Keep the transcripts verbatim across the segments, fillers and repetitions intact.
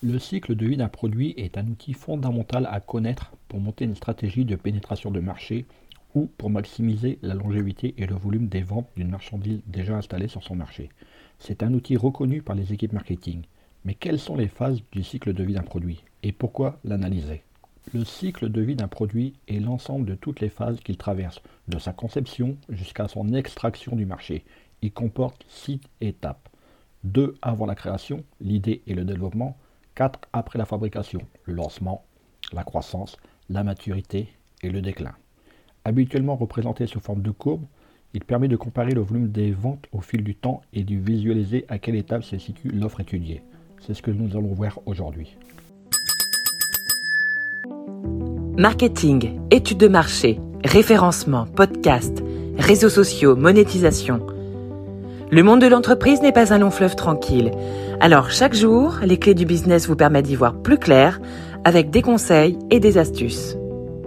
Le cycle de vie d'un produit est un outil fondamental à connaître pour monter une stratégie de pénétration de marché ou pour maximiser la longévité et le volume des ventes d'une marchandise déjà installée sur son marché. C'est un outil reconnu par les équipes marketing. Mais quelles sont les phases du cycle de vie d'un produit et pourquoi l'analyser? Le cycle de vie d'un produit est l'ensemble de toutes les phases qu'il traverse, de sa conception jusqu'à son extraction du marché. Il comporte six étapes. deux avant la création, l'idée et le développement. quatre après la fabrication, le lancement, la croissance, la maturité et le déclin. Habituellement représenté sous forme de courbe, il permet de comparer le volume des ventes au fil du temps et de visualiser à quelle étape se situe l'offre étudiée. C'est ce que nous allons voir aujourd'hui. Marketing, études de marché, référencement, podcast, réseaux sociaux, monétisation. Le monde de l'entreprise n'est pas un long fleuve tranquille. Alors chaque jour, les clés du business vous permettent d'y voir plus clair avec des conseils et des astuces.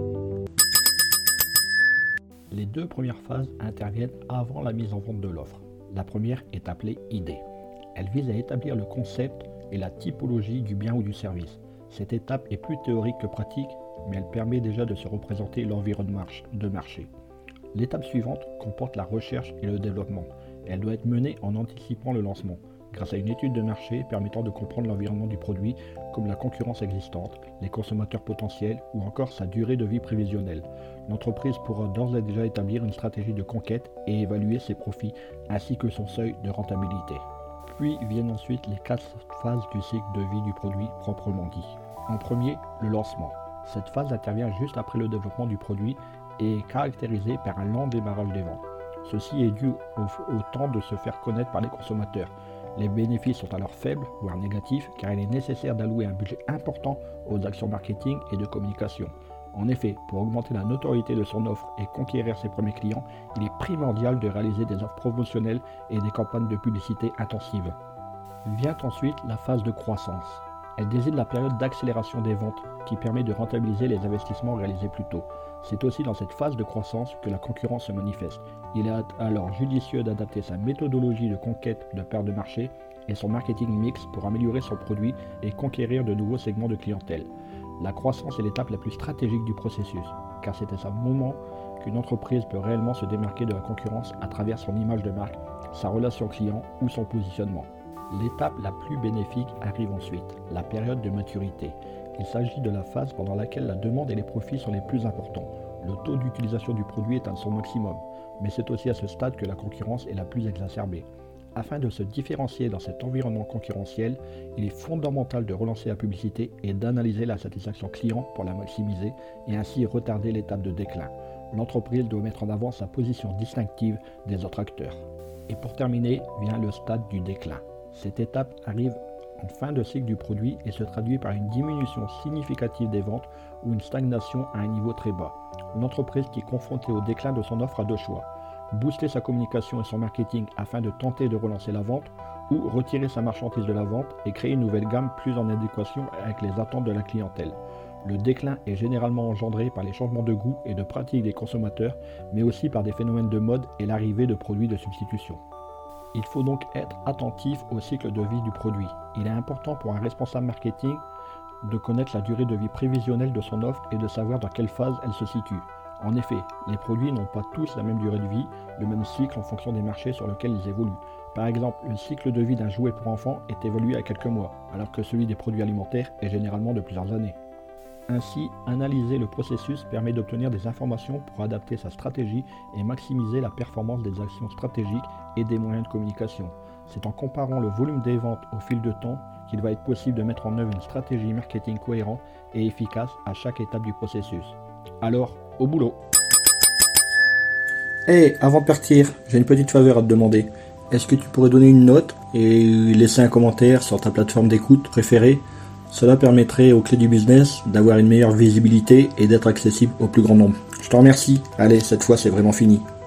Les deux premières phases interviennent avant la mise en vente de l'offre. La première est appelée idée. Elle vise à établir le concept et la typologie du bien ou du service. Cette étape est plus théorique que pratique, mais elle permet déjà de se représenter l'environnement de marché. L'étape suivante comporte la recherche et le développement. Elle doit être menée en anticipant le lancement, grâce à une étude de marché permettant de comprendre l'environnement du produit, comme la concurrence existante, les consommateurs potentiels ou encore sa durée de vie prévisionnelle. L'entreprise pourra d'ores et déjà établir une stratégie de conquête et évaluer ses profits ainsi que son seuil de rentabilité. Puis viennent ensuite les quatre phases du cycle de vie du produit proprement dit. En premier, le lancement. Cette phase intervient juste après le développement du produit et est caractérisée par un lent démarrage des ventes. Ceci est dû au, au temps de se faire connaître par les consommateurs. Les bénéfices sont alors faibles, voire négatifs, car il est nécessaire d'allouer un budget important aux actions marketing et de communication. En effet, pour augmenter la notoriété de son offre et conquérir ses premiers clients, il est primordial de réaliser des offres promotionnelles et des campagnes de publicité intensives. Vient ensuite la phase de croissance. Elle désigne la période d'accélération des ventes qui permet de rentabiliser les investissements réalisés plus tôt. C'est aussi dans cette phase de croissance que la concurrence se manifeste. Il est alors judicieux d'adapter sa méthodologie de conquête de parts de marché et son marketing mix pour améliorer son produit et conquérir de nouveaux segments de clientèle. La croissance est l'étape la plus stratégique du processus, car c'est à ce moment qu'une entreprise peut réellement se démarquer de la concurrence à travers son image de marque, sa relation client ou son positionnement. L'étape la plus bénéfique arrive ensuite, la période de maturité. Il s'agit de la phase pendant laquelle la demande et les profits sont les plus importants. Le taux d'utilisation du produit est à son maximum, mais c'est aussi à ce stade que la concurrence est la plus exacerbée. Afin de se différencier dans cet environnement concurrentiel, il est fondamental de relancer la publicité et d'analyser la satisfaction client pour la maximiser et ainsi retarder l'étape de déclin. L'entreprise doit mettre en avant sa position distinctive des autres acteurs. Et pour terminer, vient le stade du déclin. Cette étape arrive en fin de cycle du produit et se traduit par une diminution significative des ventes ou une stagnation à un niveau très bas. L'entreprise qui est confrontée au déclin de son offre a deux choix. Booster sa communication et son marketing afin de tenter de relancer la vente ou retirer sa marchandise de la vente et créer une nouvelle gamme plus en adéquation avec les attentes de la clientèle. Le déclin est généralement engendré par les changements de goût et de pratique des consommateurs, mais aussi par des phénomènes de mode et l'arrivée de produits de substitution. Il faut donc être attentif au cycle de vie du produit. Il est important pour un responsable marketing de connaître la durée de vie prévisionnelle de son offre et de savoir dans quelle phase elle se situe. En effet, les produits n'ont pas tous la même durée de vie, le même cycle en fonction des marchés sur lesquels ils évoluent. Par exemple, le cycle de vie d'un jouet pour enfants est évalué à quelques mois, alors que celui des produits alimentaires est généralement de plusieurs années. Ainsi, analyser le processus permet d'obtenir des informations pour adapter sa stratégie et maximiser la performance des actions stratégiques et des moyens de communication. C'est en comparant le volume des ventes au fil de temps qu'il va être possible de mettre en œuvre une stratégie marketing cohérente et efficace à chaque étape du processus. Alors, au boulot! Hey, avant de partir, j'ai une petite faveur à te demander. Est-ce que tu pourrais donner une note et laisser un commentaire sur ta plateforme d'écoute préférée? Cela permettrait aux clés du business d'avoir une meilleure visibilité et d'être accessible au plus grand nombre. Je te remercie. Allez, cette fois c'est vraiment fini.